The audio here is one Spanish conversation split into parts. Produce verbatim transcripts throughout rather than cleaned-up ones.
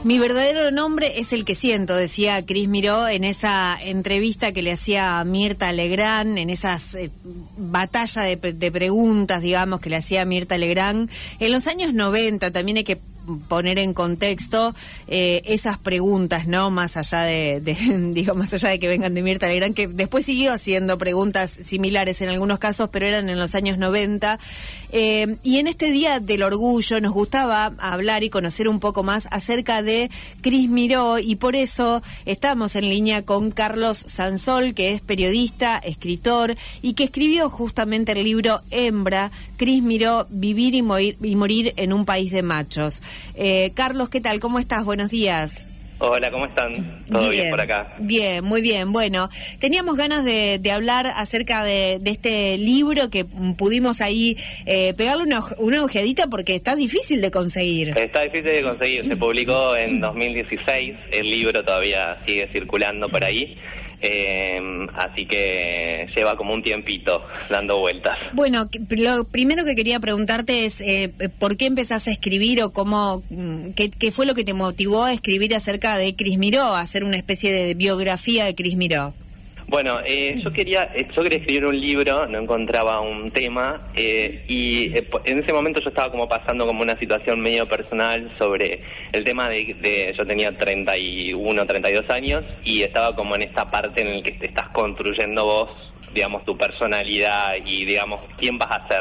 Mi verdadero nombre es el que siento, decía Cris Miró en esa entrevista que le hacía a Mirta Legrand, en esas eh, batalla de, de preguntas, digamos, que le hacía a Mirta Legrand. En los años noventa también hay que poner en contexto eh, esas preguntas, ¿no? Más allá de, de digo, más allá de que vengan de Mirta Legrand, que después siguió haciendo preguntas similares en algunos casos, pero eran en los años noventa. Eh, y en este Día del Orgullo nos gustaba hablar y conocer un poco más acerca de Cris Miró, y por eso estamos en línea con Carlos Sansol, que es periodista, escritor, y que escribió justamente el libro Hembra, Cris Miró, Vivir y morir, y morir en un país de machos. Eh, Carlos, ¿qué tal? ¿Cómo estás? Buenos días. Hola, ¿cómo están? ¿Todo bien, bien por acá? Bien, muy bien. Bueno, teníamos ganas de, de hablar acerca de, de este libro que pudimos ahí eh, pegarle una, una ojeadita porque está difícil de conseguir. Está difícil de conseguir. Se publicó en dos mil dieciséis. El libro todavía sigue circulando por ahí. Eh, así que lleva como un tiempito dando vueltas. Bueno, lo primero que quería preguntarte es eh, ¿por qué empezaste a escribir o cómo, qué, qué fue lo que te motivó a escribir acerca de Cris Miró, a hacer una especie de biografía de Cris Miró? Bueno, eh, yo quería yo quería escribir un libro, no encontraba un tema, eh, y eh, en ese momento yo estaba como pasando como una situación medio personal sobre el tema de, de yo tenía treinta y uno, treinta y dos años, y estaba como en esta parte en la que te estás construyendo vos, digamos, tu personalidad y, digamos, quién vas a ser.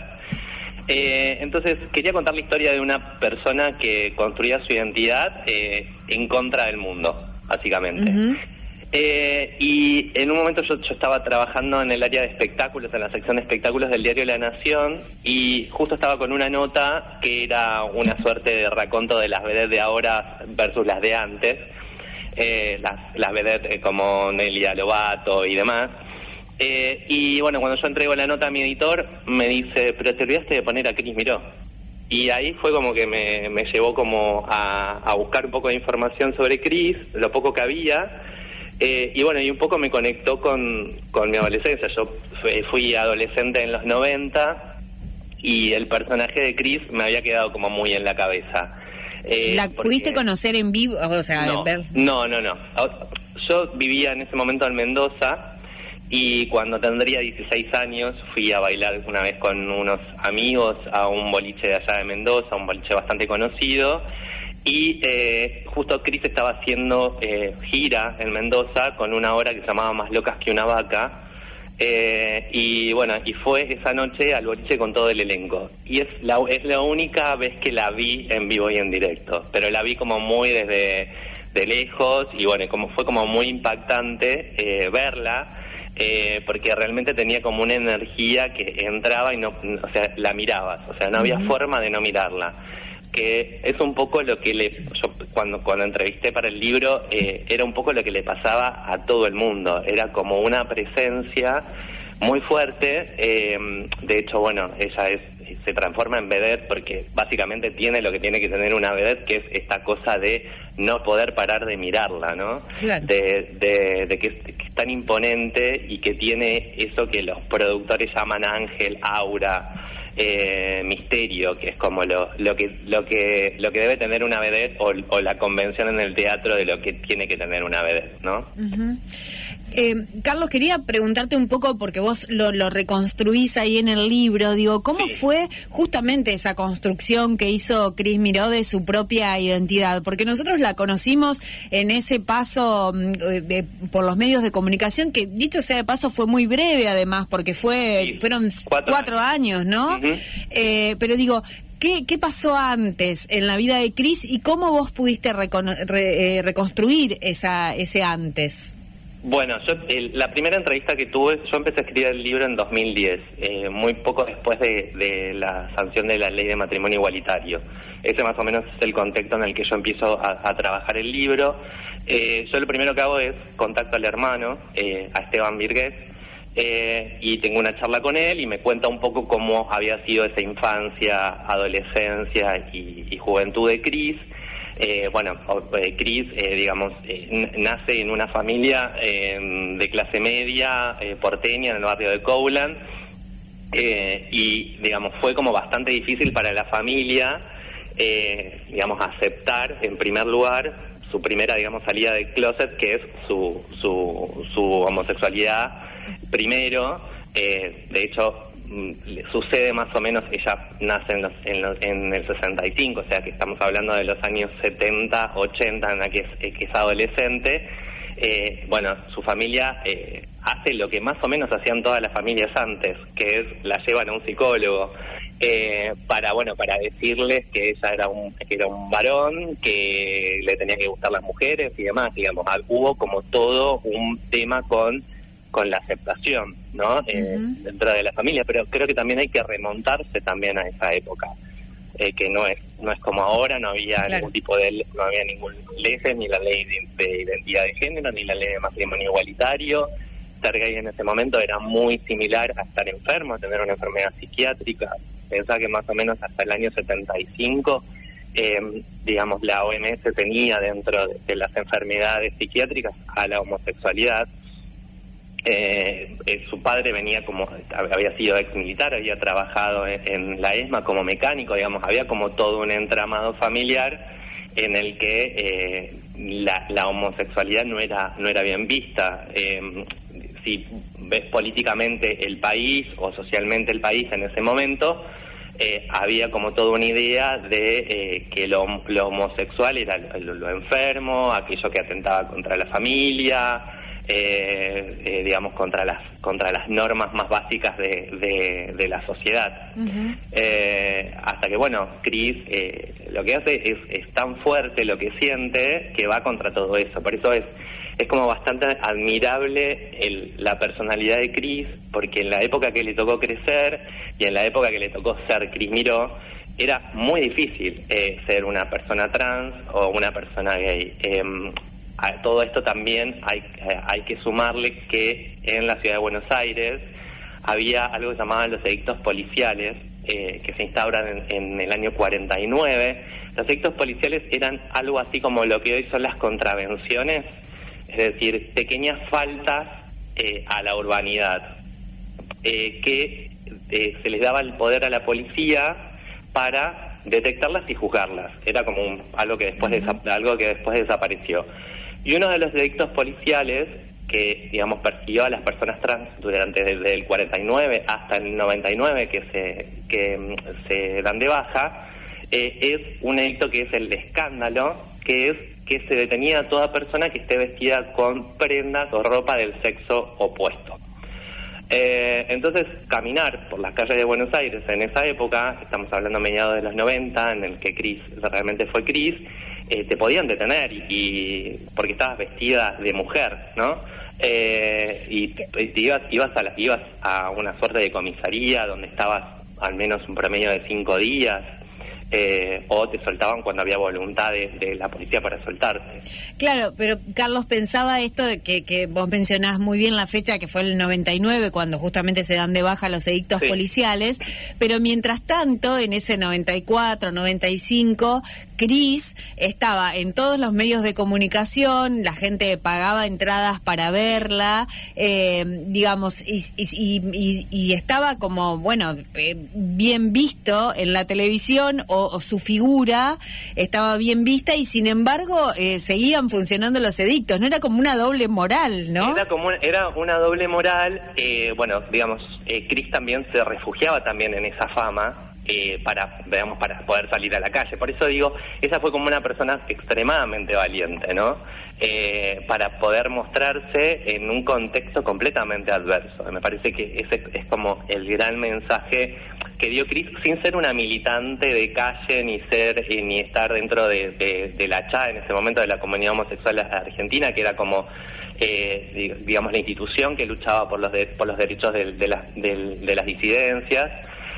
Eh, entonces quería contar la historia de una persona que construía su identidad eh, en contra del mundo, básicamente. Uh-huh. Eh, y en un momento yo, yo estaba trabajando en el área de espectáculos, en la sección de espectáculos del diario La Nación, y justo estaba con una nota que era una suerte de raconto de las vedettes de ahora versus las de antes, eh, las, las vedettes eh, como Nelia Lovato y demás. Eh, y bueno, cuando yo entrego la nota a mi editor, me dice, pero te olvidaste de poner a Cris Miró. Y ahí fue como que me, me llevó como a, a buscar un poco de información sobre Cris, lo poco que había. Eh, y bueno, y un poco me conectó con, con mi adolescencia. Yo fui, fui adolescente en los noventa y el personaje de Cris me había quedado como muy en la cabeza. Eh, ¿La porque... pudiste conocer en vivo? O sea, no, ver... no, no, no. Yo vivía en ese momento en Mendoza y cuando tendría dieciséis años fui a bailar una vez con unos amigos a un boliche de allá de Mendoza, un boliche bastante conocido. Y eh, justo Cris estaba haciendo eh, gira en Mendoza con una obra que se llamaba Más locas que una vaca. Eh, y bueno, y fue esa noche al boliche con todo el elenco. Y es la, es la única vez que la vi en vivo y en directo. Pero la vi como muy desde de lejos y bueno, como fue como muy impactante eh, verla. Eh, porque realmente tenía como una energía que entraba y no, o sea, la mirabas. O sea, no había uh-huh. forma de no mirarla. Que es un poco lo que le yo cuando cuando entrevisté para el libro eh, era un poco lo que le pasaba a todo el mundo, era como una presencia muy fuerte. Eh, de hecho, bueno, ella es se transforma en vedette porque básicamente tiene lo que tiene que tener una vedette, que es esta cosa de no poder parar de mirarla, ¿no? Claro. De, de, de que, es, que es tan imponente y que tiene eso que los productores llaman ángel, aura. Eh, misterio, que es como lo, lo que lo que lo que debe tener una vedette o, o la convención en el teatro de lo que tiene que tener una vedette, ¿no? Uh-huh. Eh, Carlos, quería preguntarte un poco, porque vos lo, lo reconstruís ahí en el libro, digo, ¿cómo sí. fue justamente esa construcción que hizo Cris Miró de su propia identidad? Porque nosotros la conocimos en ese paso eh, de, por los medios de comunicación, que dicho sea de paso fue muy breve además, porque fue sí. fueron cuatro, cuatro años, años ¿no? Uh-huh. Eh, pero digo... ¿Qué, ¿Qué pasó antes en la vida de Cris y cómo vos pudiste recono- re, eh, reconstruir esa ese antes? Bueno, yo el, la primera entrevista que tuve, yo empecé a escribir el libro en dos mil diez, eh, muy poco después de, de la sanción de la ley de matrimonio igualitario. Ese más o menos es el contexto en el que yo empiezo a, a trabajar el libro. Eh, yo lo primero que hago es contacto al hermano, eh, a Esteban Virgués, Eh, y tengo una charla con él y me cuenta un poco cómo había sido esa infancia, adolescencia y, y juventud de Cris. Eh, bueno, eh, Cris, eh, digamos, eh, n- nace en una familia eh, de clase media, eh, porteña, en el barrio de Coulan, eh, y, digamos, fue como bastante difícil para la familia, eh, digamos, aceptar, en primer lugar, su primera, digamos, salida del closet, que es su, su, su homosexualidad primero. Eh, de hecho, sucede más o menos, ella nace en, los, en, los, en el sesenta y cinco, o sea que estamos hablando de los años setenta, ochenta, en la que es, que es adolescente. Eh, bueno, su familia eh, hace lo que más o menos hacían todas las familias antes, que es la llevan a un psicólogo eh, para, bueno, para decirles que ella era un, que era un varón, que le tenían que gustar las mujeres y demás, digamos. Hubo como todo un tema con con la aceptación, ¿no? Eh, uh-huh. Dentro de la familia, pero creo que también hay que remontarse también a esa época, eh, que no es no es como ahora, no había claro. ningún tipo de no había ningún ley, ni la ley de, de identidad de género, ni la ley de matrimonio igualitario. Ser gay en ese momento era muy similar a estar enfermo, a tener una enfermedad psiquiátrica. Pensá que más o menos hasta el año setenta y cinco, eh, digamos, la O M S tenía dentro de, de las enfermedades psiquiátricas a la homosexualidad. Eh, eh, su padre venía como, había sido ex militar, había trabajado en, en la ESMA como mecánico, digamos, había como todo un entramado familiar en el que eh, la, la homosexualidad no era no era bien vista. Eh, si ves políticamente el país o socialmente el país en ese momento, eh, había como toda una idea de eh, que lo, lo homosexual era lo, lo enfermo, aquello que atentaba contra la familia, Eh, eh, digamos, contra las contra las normas más básicas de, de, de la sociedad. Uh-huh. Eh, hasta que, bueno, Chris eh, lo que hace es, es tan fuerte lo que siente que va contra todo eso. Por eso es es como bastante admirable el, la personalidad de Chris, porque en la época que le tocó crecer y en la época que le tocó ser Chris Miró, era muy difícil eh, ser una persona trans o una persona gay. Eh, A todo esto también hay, eh, hay que sumarle que en la ciudad de Buenos Aires había algo que se llamaban los edictos policiales, eh, que se instauran en, en el año cuarenta y nueve. Los edictos policiales eran algo así como lo que hoy son las contravenciones, es decir, pequeñas faltas eh, a la urbanidad, eh, que eh, se les daba el poder a la policía para detectarlas y juzgarlas. Era como un, algo que después uh-huh. desa- algo que después desapareció. Y uno de los delitos policiales que, digamos, persiguió a las personas trans durante desde el cuarenta y nueve hasta el noventa y nueve, que se que se dan de baja, eh, es un delito que es el de escándalo, que es que se detenía a toda persona que esté vestida con prendas o ropa del sexo opuesto. Eh, entonces, caminar por las calles de Buenos Aires en esa época, estamos hablando a mediados de los noventa, en el que Chris realmente fue Chris, eh, te podían detener y, y porque estabas vestida de mujer, ¿no? Eh, y te ibas, ibas, a la, ibas a una suerte de comisaría donde estabas al menos un promedio de cinco días. Eh, o te soltaban cuando había voluntad de, de la policía para soltarte. Claro, pero Carlos, pensaba esto de que, que vos mencionás muy bien la fecha, que fue el noventa y nueve, cuando justamente se dan de baja los edictos sí. policiales, pero mientras tanto, en ese noventa y cuatro, noventa y cinco, Chris estaba en todos los medios de comunicación, la gente pagaba entradas para verla, eh, digamos, y, y, y, y estaba como, bueno, eh, bien visto en la televisión, o, o su figura estaba bien vista, y sin embargo eh, seguían funcionando los edictos. No era como una doble moral, ¿no? Era como una, era una doble moral. Eh, bueno, digamos, eh, Chris también se refugiaba también en esa fama eh, para, digamos, para poder salir a la calle. Por eso digo, esa fue como una persona extremadamente valiente, ¿no? Eh, para poder mostrarse en un contexto completamente adverso. Me parece que ese es como el gran mensaje que dio Chris, sin ser una militante de calle, ni ser eh, ni estar dentro de, de, de la C H A en ese momento, de la comunidad homosexual argentina, que era como, eh, digamos, la institución que luchaba por los de, por los derechos de, de, la, de, de las disidencias.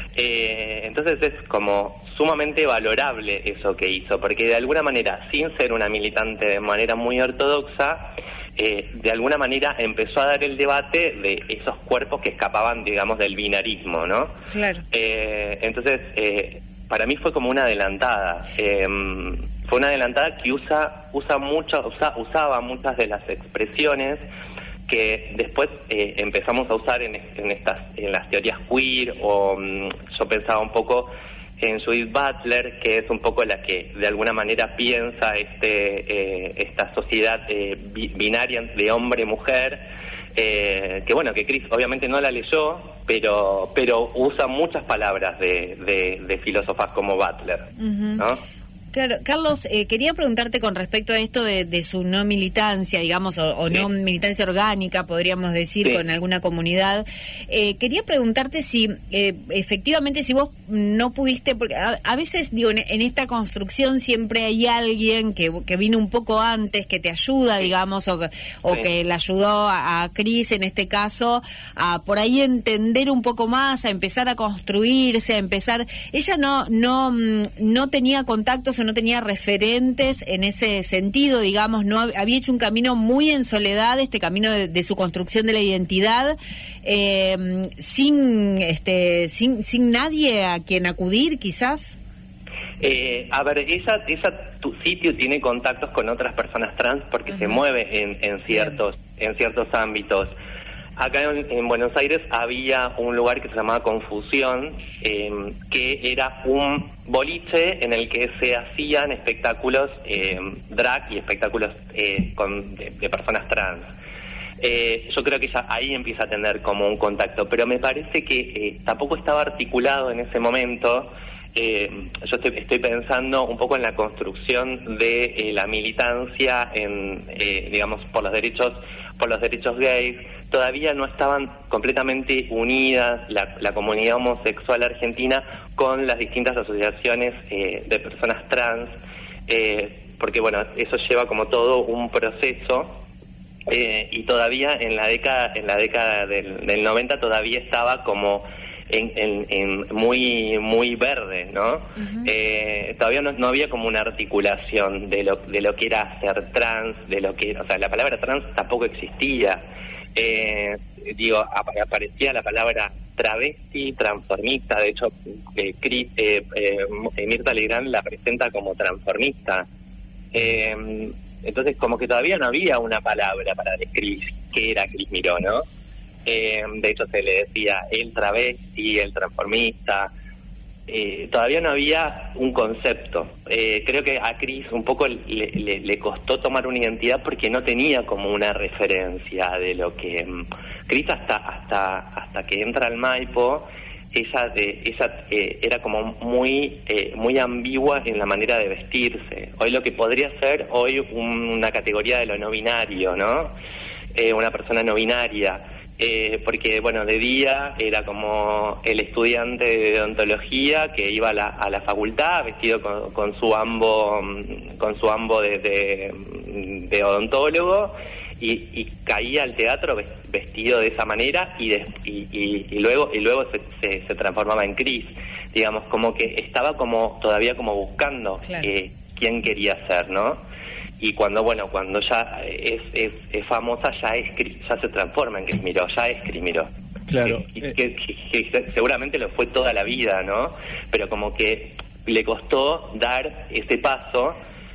Eh, entonces es como sumamente valorable eso que hizo, porque de alguna manera, sin ser una militante de manera muy ortodoxa, Eh, de alguna manera empezó a dar el debate de esos cuerpos que escapaban, digamos, del binarismo, ¿no? Claro. Eh, entonces, eh, para mí fue como una adelantada. Eh, fue una adelantada que usa usa mucho, usa, usaba muchas de las expresiones que después eh, empezamos a usar en, en estas en las teorías queer, o um, yo pensaba un poco en Judith Butler, que es un poco la que de alguna manera piensa este eh, esta sociedad eh, binaria de hombre-mujer, eh, que bueno, que Chris obviamente no la leyó, pero pero usa muchas palabras de, de, de filósofas como Butler, uh-huh. ¿no? Claro, Carlos, eh, quería preguntarte con respecto a esto de, de su no militancia, digamos, o, o sí. no militancia orgánica, podríamos decir, sí. con alguna comunidad. Eh, quería preguntarte si, eh, efectivamente, si vos no pudiste, porque a, a veces, digo, en, en esta construcción siempre hay alguien que, que vino un poco antes, que te ayuda, sí. digamos, o, o sí. que le ayudó a, a Cris, en este caso, a por ahí entender un poco más, a empezar a construirse, a empezar... Ella no, no, no tenía contactos o no tenía referentes en ese sentido, digamos, no había hecho un camino muy en soledad, este camino de, de su construcción de la identidad, eh, sin este sin sin nadie a quien acudir, quizás. Eh, a ver, ella, ella tu sitio tiene contactos con otras personas trans porque uh-huh. se mueve en, en ciertos Bien. en ciertos ámbitos. Acá en, en Buenos Aires había un lugar que se llamaba Confusión, eh, que era un boliche en el que se hacían espectáculos eh, drag y espectáculos eh, con, de, de personas trans. Eh, yo creo que ya ahí empieza a tener como un contacto, pero me parece que eh, tampoco estaba articulado en ese momento. Eh, yo estoy, estoy pensando un poco en la construcción de eh, la militancia en, eh, digamos, por los derechos por los derechos gays. Todavía no estaban completamente unidas la, la comunidad homosexual argentina con las distintas asociaciones eh, de personas trans, eh, porque bueno, eso lleva como todo un proceso, eh, y todavía en la década en la década del, del noventa todavía estaba como En, en, en muy muy verde, ¿no? Uh-huh. Eh, todavía no, no había como una articulación de lo de lo que era ser trans, de lo que, o sea, la palabra trans tampoco existía. Eh, digo, ap- aparecía la palabra travesti, transformista. De hecho, eh, Chris, eh, eh, Mirta Legrand la presenta como transformista. Eh, entonces, como que todavía no había una palabra para describir qué era Cris Miró, ¿no? Eh, de hecho se le decía el travesti, el transformista, eh, todavía no había un concepto. Eh, creo que a Cris un poco le, le, le costó tomar una identidad porque no tenía como una referencia de lo que... Um, Cris hasta hasta hasta que entra al Maipo, ella, de, ella eh, era como muy, eh, muy ambigua en la manera de vestirse. Hoy lo que podría ser hoy un, una categoría de lo no binario, ¿no? Eh, una persona no binaria. Eh, porque bueno, de día era como el estudiante de odontología que iba a la, a la facultad vestido con, con su ambo con su ambo de, de, de odontólogo y, y caía al teatro vestido de esa manera y, de, y, y, y luego y luego se, se, se transformaba en Cris, digamos, como que estaba como todavía como buscando claro. eh, quién quería ser, ¿no? Y cuando, bueno, cuando ya es, es, es famosa, ya es ya se transforma en Cris Miró, ya es Cris Miró. Claro. Que, que, que, que seguramente lo fue toda la vida, ¿no? Pero como que le costó dar ese paso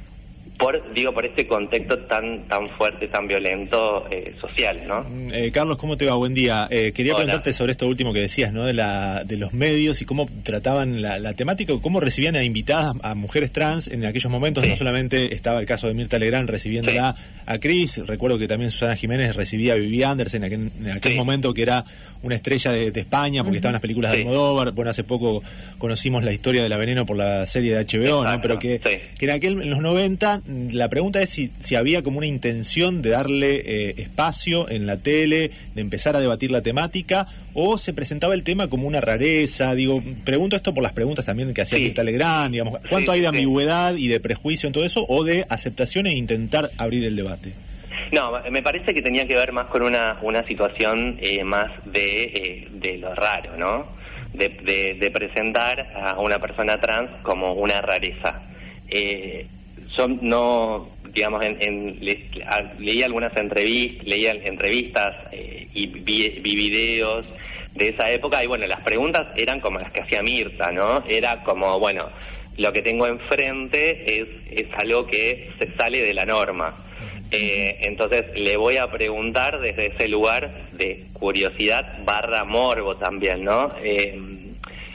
por, digo, por este contexto tan tan fuerte, tan violento eh, social, ¿no? Eh, Carlos, ¿cómo te va? Buen día. Eh, quería Hola. preguntarte sobre esto último que decías, ¿no? De la de los medios y cómo trataban la, la temática, cómo recibían a invitadas a mujeres trans en aquellos momentos. Sí. No solamente estaba el caso de Mirta Legrand recibiéndola sí. a Cris, recuerdo que también Susana Jiménez recibía a Vivi Anderson en aquel, en aquel sí. momento que era una estrella de, de España porque uh-huh. estaban las películas sí. de Almodóvar. Bueno, hace poco conocimos la historia de La Veneno por la serie de H B O, Exacto. ¿no? Pero que, sí. que en aquel en los noventa la pregunta es si, si había como una intención de darle eh, espacio en la tele, de empezar a debatir la temática, o se presentaba el tema como una rareza. Digo, pregunto esto por las preguntas también que hacía sí. Mirta Legrand, digamos, ¿cuánto sí, hay de sí. ambigüedad y de prejuicio en todo eso, o de aceptación e intentar abrir el debate? No, me parece que tenía que ver más con una una situación eh, más de eh, de lo raro, ¿no? De, de, de presentar a una persona trans como una rareza. Eh, yo no, digamos, en, en, le, a, leí algunas entrevistas, leía entrevistas eh, y vi, vi videos de esa época y bueno, las preguntas eran como las que hacía Mirta, ¿no? Era como, bueno, lo que tengo enfrente es, es algo que se sale de la norma. Eh, entonces le voy a preguntar desde ese lugar de curiosidad barra morbo también, ¿no? Eh,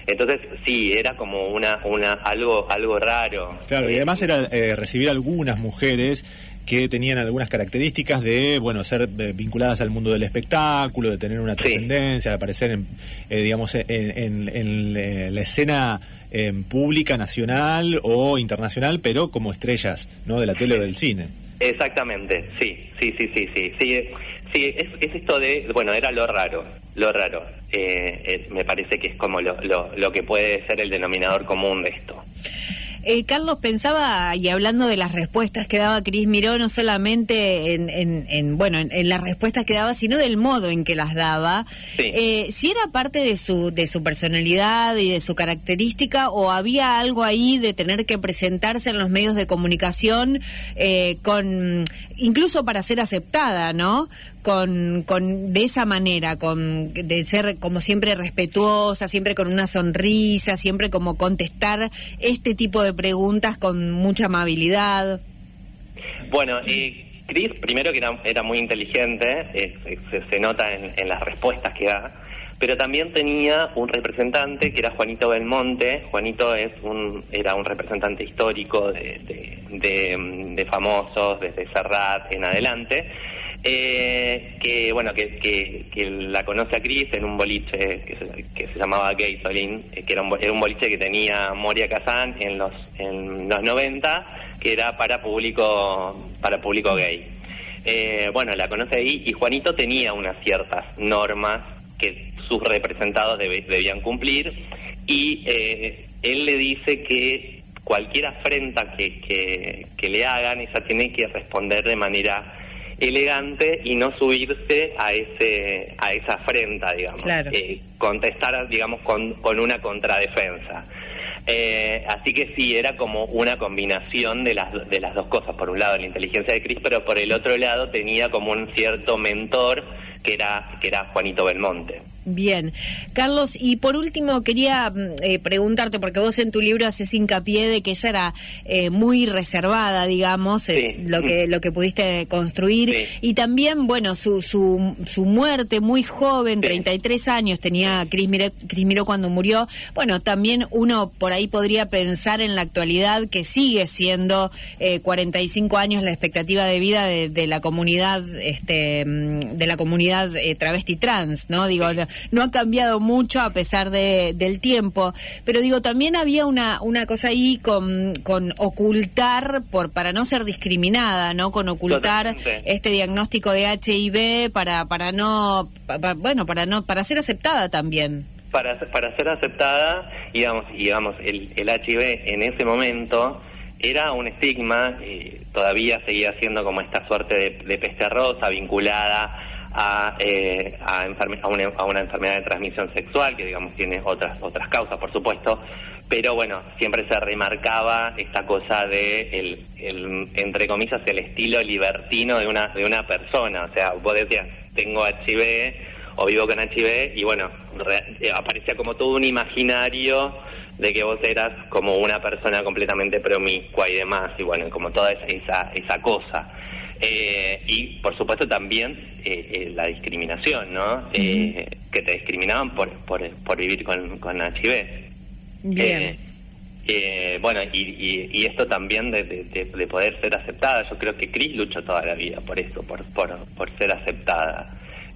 Entonces, sí, era como una, una algo, algo raro. Claro, y además era eh, recibir algunas mujeres que tenían algunas características de, bueno, ser eh, vinculadas al mundo del espectáculo, de tener una trascendencia, sí. de aparecer, en, eh, digamos, en, en, en, en la escena eh, pública, nacional o internacional, pero como estrellas, ¿no?, de la tele o del cine. Exactamente, sí, sí, sí, sí, sí, sí, sí es, es esto de, bueno, era lo raro, lo raro, eh, eh, me parece que es como lo, lo, lo que puede ser el denominador común de esto. Eh, Carlos, pensaba, y hablando de las respuestas que daba Cris Miró, no solamente en, en, en bueno, en, en las respuestas que daba, sino del modo en que las daba, sí. eh, si era parte de su de su personalidad y de su característica, o había algo ahí de tener que presentarse en los medios de comunicación eh, con, incluso para ser aceptada, ¿no?, con, con de esa manera, con de ser como siempre respetuosa, siempre con una sonrisa, siempre como contestar este tipo de preguntas con mucha amabilidad. Bueno, eh, Cris, primero que era, era muy inteligente, eh, se, se nota en, en las respuestas que da, pero también tenía un representante que era Juanito Belmonte. Juanito es un era un representante histórico de, de, de, de famosos desde Serrat en adelante. Eh, que bueno que, que, que la conoce a Cris en un boliche que se, que se llamaba Gasolin, eh, que era un, era un boliche que tenía Moria Kazan en los en los noventa, que era para público para público gay. Eh, bueno, la conoce ahí, y Juanito tenía unas ciertas normas que sus representados deb, debían cumplir, y eh, él le dice que cualquier afrenta que, que, que le hagan, ella tiene que responder de manera elegante y no subirse a ese a esa afrenta, digamos. Claro. Eh, contestar, digamos, con, con una contradefensa. Eh, así que sí, era como una combinación de las de las dos cosas. Por un lado, la inteligencia de Cris, pero por el otro lado tenía como un cierto mentor que era que era Juanito Belmonte. Bien. Carlos, y por último quería eh, preguntarte, porque vos en tu libro haces hincapié de que ella era eh, muy reservada, digamos, sí. es lo que lo que pudiste construir, sí. y también, bueno, su su, su muerte muy joven, sí. treinta y tres años tenía Cris Miró, Cris Miró cuando murió. Bueno, también uno por ahí podría pensar en la actualidad que sigue siendo eh, cuarenta y cinco años la expectativa de vida de, de la comunidad este de la comunidad eh, travesti trans, ¿no? Digo, sí. no ha cambiado mucho a pesar de, del tiempo, pero digo, también había una una cosa ahí con, con ocultar, por para no ser discriminada, ¿no? Con ocultar Totalmente. este diagnóstico de H I V para para no para, bueno, para no para ser aceptada también. Para para ser aceptada, y digamos, y digamos el el H I V en ese momento era un estigma, eh, todavía seguía siendo como esta suerte de, de peste rosa vinculada a eh, a, enferme, a, una, a una enfermedad de transmisión sexual, que digamos tiene otras otras causas, por supuesto, pero bueno, siempre se remarcaba esta cosa de el, el entre comillas el estilo libertino de una de una persona. O sea, vos decías, tengo H I V o vivo con H I V, y bueno, re, eh, aparecía como todo un imaginario de que vos eras como una persona completamente promiscua y demás, y bueno, como toda esa esa, esa cosa. Eh, y por supuesto también eh, eh, la discriminación, ¿no? Uh-huh. Eh, que te discriminaban por por, por vivir con, con H I V. Bien. Eh, eh, bueno, y, y, y esto también de, de, de poder ser aceptada. Yo creo que Cris luchó toda la vida por eso, por por, por ser aceptada.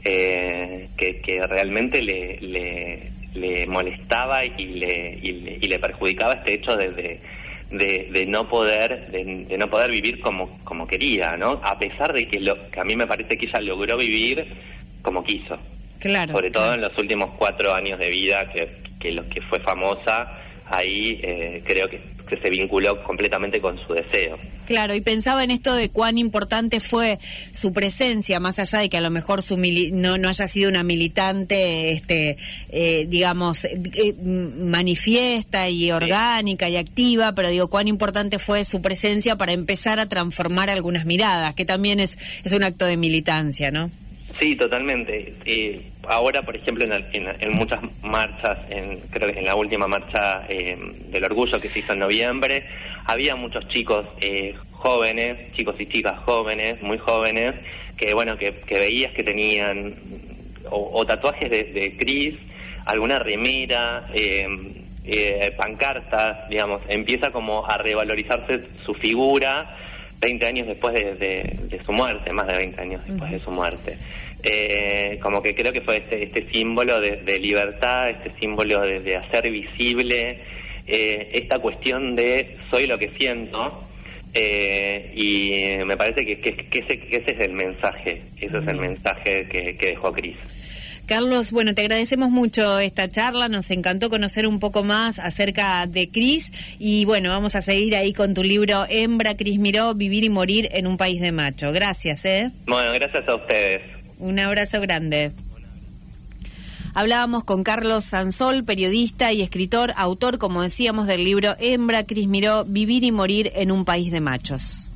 Eh, que, que realmente le, le, le molestaba y le, y le, y le perjudicaba este hecho de... de De, de no poder de, de no poder vivir como como quería, ¿no? A pesar de que lo que a mí me parece que ella logró vivir como quiso. Claro. Sobre todo claro. en los últimos cuatro años de vida que que lo que fue famosa, ahí eh, creo que, que se vinculó completamente con su deseo. Claro, y pensaba en esto de cuán importante fue su presencia, más allá de que a lo mejor su mili- no no haya sido una militante, este, eh, digamos, eh, manifiesta y orgánica sí. y activa, pero digo, cuán importante fue su presencia para empezar a transformar algunas miradas, que también es es un acto de militancia, ¿no? Sí, totalmente. Eh, ahora, por ejemplo, en, en, en muchas marchas, en, creo que en la última marcha eh, del orgullo que se hizo en noviembre, había muchos chicos eh, jóvenes, chicos y chicas jóvenes, muy jóvenes, que bueno, que, que veías que tenían o, o tatuajes de, de Cris, alguna remera, eh, eh, pancartas, digamos, empieza como a revalorizarse su figura veinte años después de, de, de su muerte, más de veinte años después uh-huh. de su muerte. Eh, como que creo que fue este, este símbolo de, de libertad, este símbolo de, de hacer visible eh, esta cuestión de soy lo que siento, eh, y me parece que, que, que, ese, que ese es el mensaje, ese es el mensaje que, que dejó Cris. Carlos, bueno, te agradecemos mucho esta charla, nos encantó conocer un poco más acerca de Cris y bueno, vamos a seguir ahí con tu libro Hembra, Cris Miró, Vivir y Morir en un País de Macho. Gracias, ¿eh? Bueno, gracias a ustedes. Un abrazo grande. Hablábamos con Carlos Sansol, periodista y escritor, autor, como decíamos, del libro Hembra, Cris Miró, Vivir y Morir en un País de Machos.